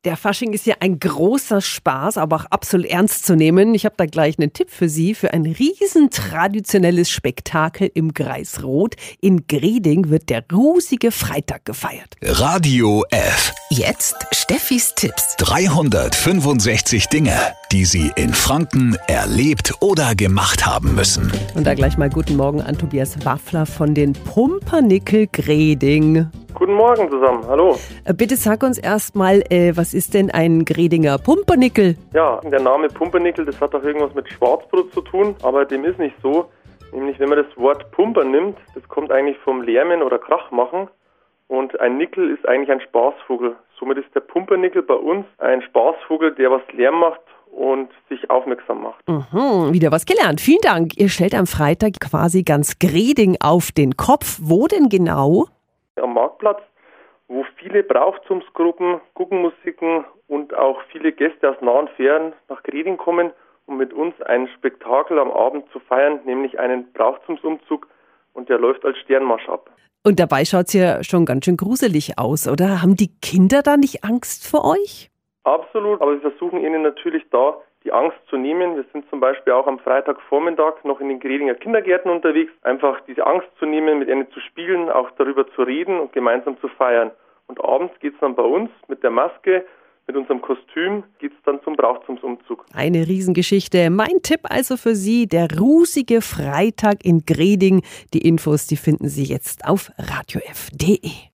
Der Fasching ist ja ein großer Spaß, aber auch absolut ernst zu nehmen. Ich habe da gleich einen Tipp für Sie. Für ein riesen traditionelles Spektakel im Greisroth. In Greding wird der Rusige Freitag gefeiert. Radio F. Jetzt Steffis Tipps. 365 Dinge, die Sie in Franken erlebt oder gemacht haben müssen. Und da gleich mal guten Morgen an Tobias Waffler von den Pumpernickel Greding. Guten Morgen zusammen, hallo. Bitte sag uns erstmal, was ist denn ein Gredinger Pumpernickel? Ja, der Name Pumpernickel, das hat auch irgendwas mit Schwarzbrot zu tun, aber dem ist nicht so. Nämlich, wenn man das Wort Pumper nimmt, das kommt eigentlich vom Lärmen oder Krach machen. Und ein Nickel ist eigentlich ein Spaßvogel. Somit ist der Pumpernickel bei uns ein Spaßvogel, der was Lärm macht und sich aufmerksam macht. Wieder was gelernt. Vielen Dank. Ihr stellt am Freitag quasi ganz Greding auf den Kopf. Wo denn genau? Am Marktplatz, wo viele Brauchtumsgruppen, Guggenmusiken und auch viele Gäste aus nah und fern nach Greding kommen, um mit uns ein Spektakel am Abend zu feiern, nämlich einen Brauchtumsumzug, und der läuft als Sternmarsch ab. Und dabei schaut es ja schon ganz schön gruselig aus, oder? Haben die Kinder da nicht Angst vor euch? Absolut, aber wir versuchen ihnen natürlich da die Angst zu nehmen. Wir sind zum Beispiel auch am Freitagvormittag noch in den Gredinger Kindergärten unterwegs, einfach diese Angst zu nehmen, mit ihnen zu spielen, auch darüber zu reden und gemeinsam zu feiern. Und abends geht's dann bei uns mit der Maske, mit unserem Kostüm, geht's dann zum Brauchtumsumzug. Eine Riesengeschichte. Mein Tipp also für Sie, der Rusige Freitag in Greding. Die Infos, die finden Sie jetzt auf radiof.de.